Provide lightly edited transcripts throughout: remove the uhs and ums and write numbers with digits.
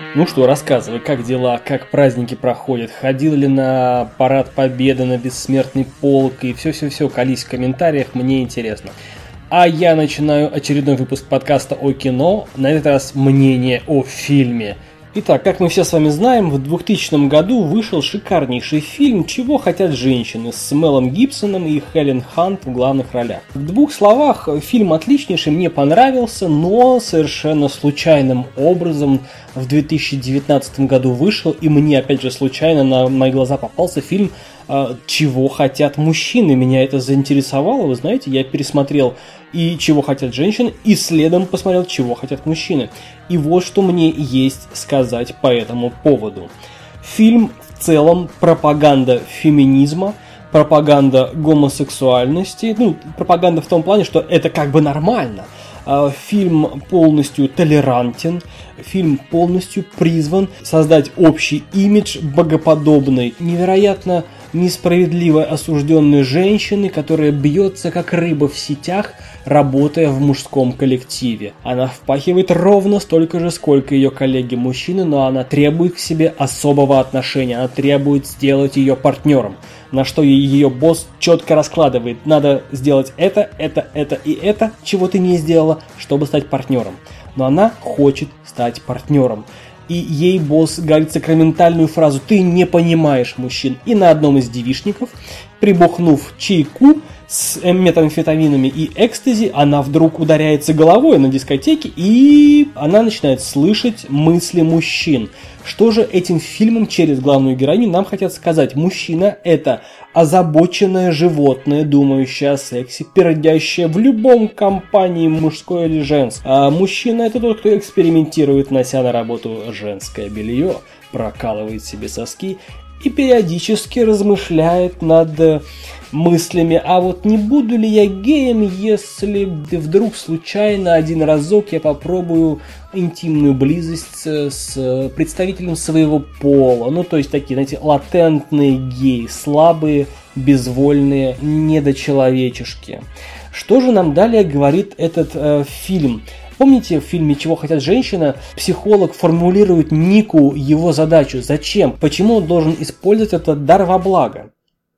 Ну что, рассказывай, как дела, как праздники проходят, ходил ли на парад Победы, на Бессмертный полк и все-все-все, колись в комментариях, мне интересно. А я начинаю очередной выпуск подкаста о кино, на этот раз мнение о фильме. Итак, как мы все с вами знаем, в 2000 году вышел шикарнейший фильм «Чего хотят женщины» с Мелом Гибсоном и Хелен Хант в главных ролях. В двух словах, фильм отличнейший, мне понравился, но совершенно случайным образом в 2019 году вышел, и мне опять же случайно на мои глаза попался фильм «Чего хотят мужчины». Меня это заинтересовало, вы знаете, я пересмотрел и «Чего хотят женщины», и следом посмотрел «Чего хотят мужчины». И вот что мне есть сказать по этому поводу. Фильм в целом пропаганда феминизма, пропаганда гомосексуальности, пропаганда в том плане, что это как бы нормально. Фильм полностью толерантен, фильм полностью призван создать общий имидж богоподобной, невероятно несправедливо осужденной женщины, которая бьется как рыба в сетях, работая в мужском коллективе. Она впахивает ровно столько же, сколько ее коллеги-мужчины, но она требует к себе особого отношения, она требует сделать ее партнером. На что ее босс четко раскладывает: надо сделать это и это, чего ты не сделала, чтобы стать партнером. Но она хочет стать партнером. И ей босс говорит сакраментальную фразу: ты не понимаешь мужчин. И на одном из девичников, прибухнув чайку с метамфетаминами и экстази, она вдруг ударяется головой на дискотеке, и она начинает слышать мысли мужчин. Что же этим фильмом через главную героиню нам хотят сказать? Мужчина – это озабоченное животное, думающее о сексе, пердящее в любом компании, мужской или женской. А мужчина – это тот, кто экспериментирует, нося на работу женское белье, прокалывает себе соски и периодически размышляет над мыслями: а вот не буду ли я геем, если вдруг случайно один разок я попробую интимную близость с представителем своего пола. То есть такие, знаете, латентные геи, слабые, безвольные, недочеловечешки. Что же нам далее говорит этот фильм? Помните, в фильме «Чего хотят женщины» психолог формулирует Нику его задачу. Зачем? Почему он должен использовать этот дар во благо?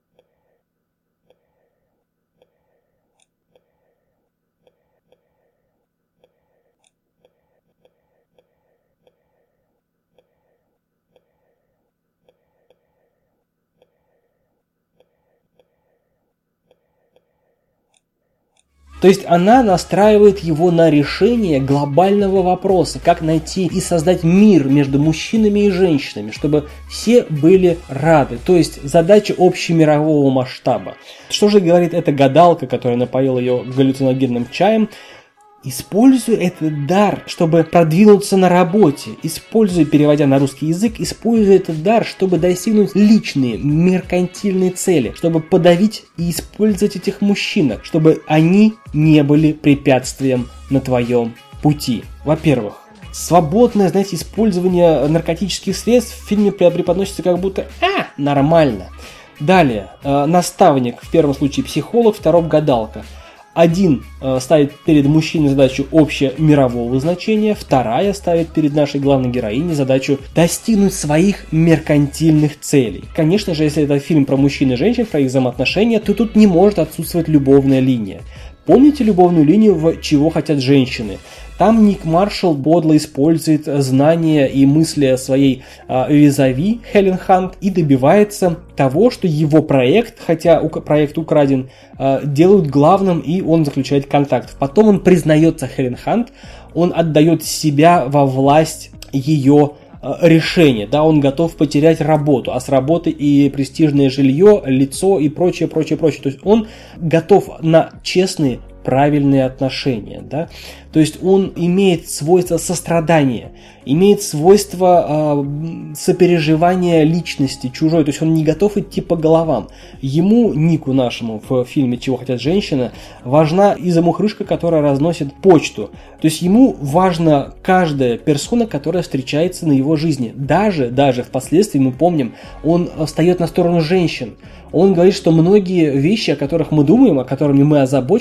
То есть она настраивает его на решение глобального вопроса, как найти и создать мир между мужчинами и женщинами, чтобы все были рады. То есть задача общемирового масштаба. Что же говорит эта гадалка, которая напоила ее галлюциногенным чаем? Используй этот дар, чтобы продвинуться на работе. Используй, переводя на русский язык, используй этот дар, чтобы достигнуть личные, меркантильные цели, чтобы подавить и использовать этих мужчин, чтобы они не были препятствием на твоем пути. Во-первых, свободное, знаете, использование наркотических средств в фильме преподносится как будто нормально. Далее, наставник, в первом случае психолог, в втором гадалка. Один ставит перед мужчиной задачу общемирового значения, вторая ставит перед нашей главной героиней задачу достигнуть своих меркантильных целей. Конечно же, если это фильм про мужчин и женщин, про их взаимоотношения, то тут не может отсутствовать любовная линия. Помните любовную линию в «Чего хотят женщины»? Там Ник Маршалл подло использует знания и мысли своей визави Хелен Хант и добивается того, что его проект, хотя проект украден, делают главным, и он заключает контакт. Потом он признается Хелен Хант, он отдает себя во власть ее решения. Да, он готов потерять работу, а с работы и престижное жилье, лицо и прочее. То есть он готов на честные, правильные отношения, да? То есть он имеет свойство сострадания, имеет свойство сопереживания личности чужой, то есть он не готов идти по головам. Ему, Нику нашему, в фильме «Чего хотят женщины», важна изомухрышка, которая разносит почту. То есть ему важна каждая персона, которая встречается на его жизни. Даже впоследствии, мы помним, он встает на сторону женщин. Он говорит, что многие вещи, о которых мы думаем, о которых мы озабочены, женщины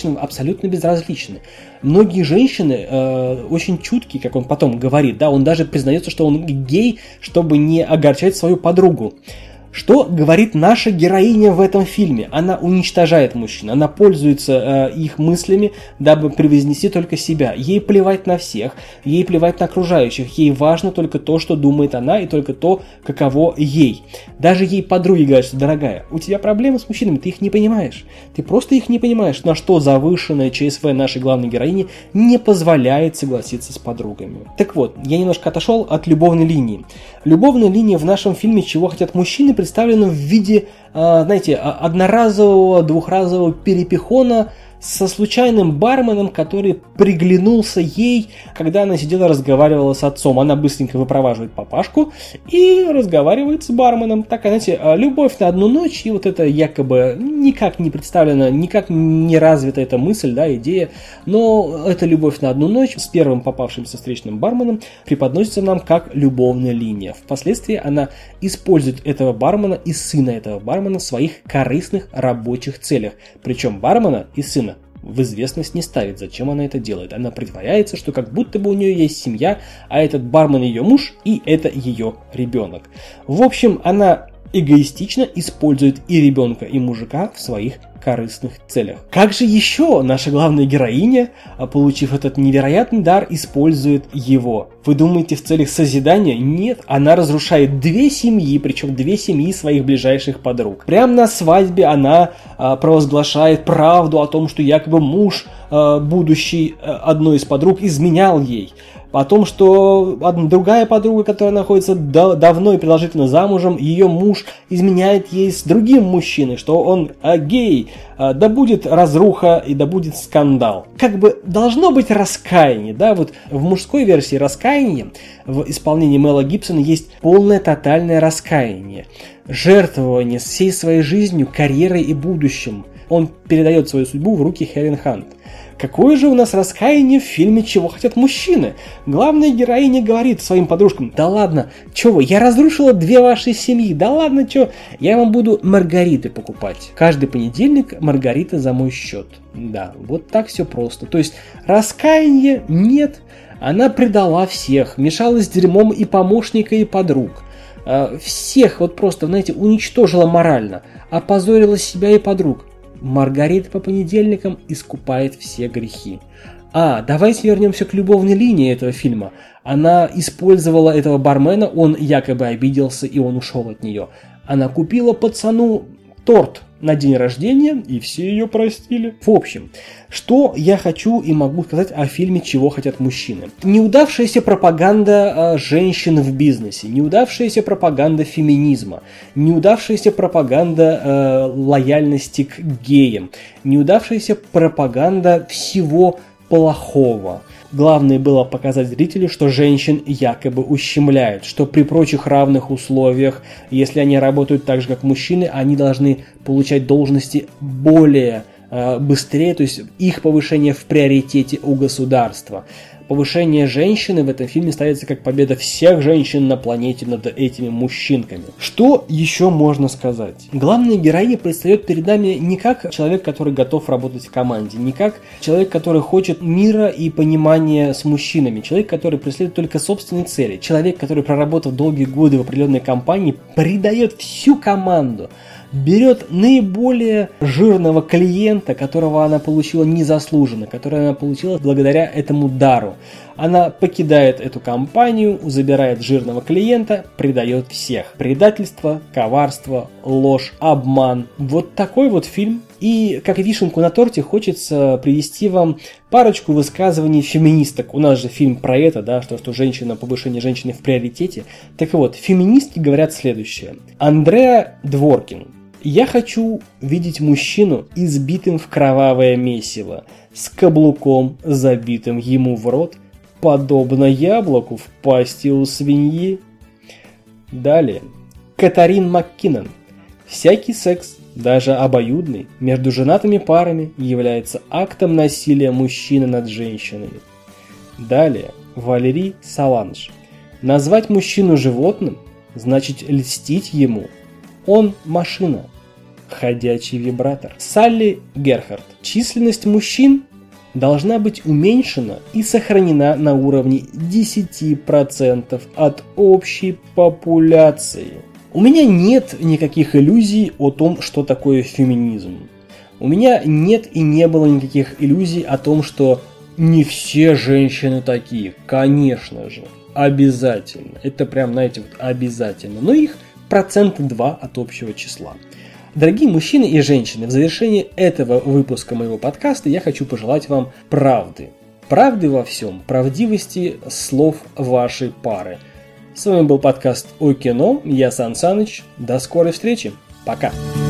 женщинам абсолютно безразличны. Многие женщины очень чуткие, как он потом говорит, да, он даже признается, что он гей, чтобы не огорчать свою подругу. Что говорит наша героиня в этом фильме? Она уничтожает мужчин, она пользуется их мыслями, дабы превознести только себя. Ей плевать на всех, ей плевать на окружающих, ей важно только то, что думает она, и только то, каково ей. Даже ей подруги говорят, что, дорогая, у тебя проблемы с мужчинами, ты их не понимаешь. Ты просто их не понимаешь, на что завышенная ЧСВ нашей главной героини не позволяет согласиться с подругами. Так вот, я немножко отошел от любовной линии. Любовная линия в нашем фильме «Чего хотят мужчины» представлена в виде, знаете, одноразового, двухразового перепихона со случайным барменом, который приглянулся ей, когда она сидела и разговаривала с отцом. Она быстренько выпроваживает папашку и разговаривает с барменом. Так, знаете, любовь на одну ночь, и вот это якобы никак не представлена, никак не развита эта мысль, да, идея, но эта любовь на одну ночь с первым попавшимся встречным барменом преподносится нам как любовная линия. Впоследствии она использует этого бармена и сына этого бармена в своих корыстных рабочих целях. Причем бармена и сына в известность не ставит, зачем она это делает. Она притворяется, что как будто бы у нее есть семья, а этот бармен ее муж, и это ее ребенок. В общем, она эгоистично использует и ребенка, и мужика в своих корыстных целях. Как же еще наша главная героиня, получив этот невероятный дар, использует его? Вы думаете, в целях созидания? Нет, она разрушает две семьи, причем две семьи своих ближайших подруг. Прямо на свадьбе она провозглашает правду о том, что якобы муж будущий одной из подруг изменял ей. О том, что другая подруга, которая находится давно и продолжительно замужем, ее муж изменяет ей с другим мужчиной, что он гей, да будет разруха и да будет скандал. Как бы должно быть раскаяние, да, вот в мужской версии раскаяния в исполнении Мела Гибсона есть полное тотальное раскаяние, жертвование всей своей жизнью, карьерой и будущим. Он передает свою судьбу в руки Хелен Хант. Какое же у нас раскаяние в фильме «Чего хотят мужчины»? Главная героиня говорит своим подружкам: да ладно, чё вы, я разрушила две ваши семьи, да ладно, чё, я вам буду маргариты покупать. Каждый понедельник маргариты за мой счет. Да, вот так все просто. То есть раскаяния нет, она предала всех, мешалась с дерьмом и помощника, и подруг. Всех вот просто, знаете, уничтожила морально, опозорила себя и подруг. Маргарита по понедельникам искупает все грехи. Давайте вернемся к любовной линии этого фильма. Она использовала этого бармена, он якобы обиделся и он ушел от нее. Она купила пацану торт на день рождения, и все ее простили. В общем, что я хочу и могу сказать о фильме «Чего хотят мужчины». Неудавшаяся пропаганда женщин в бизнесе, неудавшаяся пропаганда феминизма, неудавшаяся пропаганда лояльности к геям, неудавшаяся пропаганда всего плохого. Главное было показать зрителю, что женщин якобы ущемляют, что при прочих равных условиях, если они работают так же, как мужчины, они должны получать должности более быстрее, то есть их повышение в приоритете у государства. Повышение женщины в этом фильме ставится как победа всех женщин на планете над этими мужчинками. Что еще можно сказать? Главная героиня предстает перед нами не как человек, который готов работать в команде, не как человек, который хочет мира и понимания с мужчинами, человек, который преследует только собственные цели, человек, который, проработав долгие годы в определенной компании, предает всю команду, берет наиболее жирного клиента, которого она получила незаслуженно, которого она получила благодаря этому дару. Она покидает эту компанию, забирает жирного клиента, предает всех. Предательство, коварство, ложь, обман. Вот такой вот фильм. И как вишенку на торте хочется привести вам парочку высказываний феминисток. У нас же фильм про это, да, что женщина, повышение женщины в приоритете. Так вот, феминистки говорят следующее. Андреа Дворкин. Я хочу видеть мужчину, избитым в кровавое месиво, с каблуком, забитым ему в рот, подобно яблоку в пасти у свиньи. Далее. Катарин МакКиннон. Всякий секс, даже обоюдный, между женатыми парами является актом насилия мужчины над женщиной. Далее. Валерий Саланж. Назвать мужчину животным значит льстить ему. Он машина. ходячий вибратор. Салли Герхард. Численность мужчин должна быть уменьшена и сохранена на уровне 10% от общей популяции. У меня нет никаких иллюзий о том, что такое феминизм. У меня нет и не было никаких иллюзий о том, что не все женщины такие. Конечно же, обязательно. Это прям, знаете, вот обязательно. Но их 2% от общего числа. Дорогие мужчины и женщины, в завершении этого выпуска моего подкаста я хочу пожелать вам правды. Правды во всем, правдивости слов вашей пары. С вами был подкаст о кино, я Сан Саныч. До скорой встречи. Пока.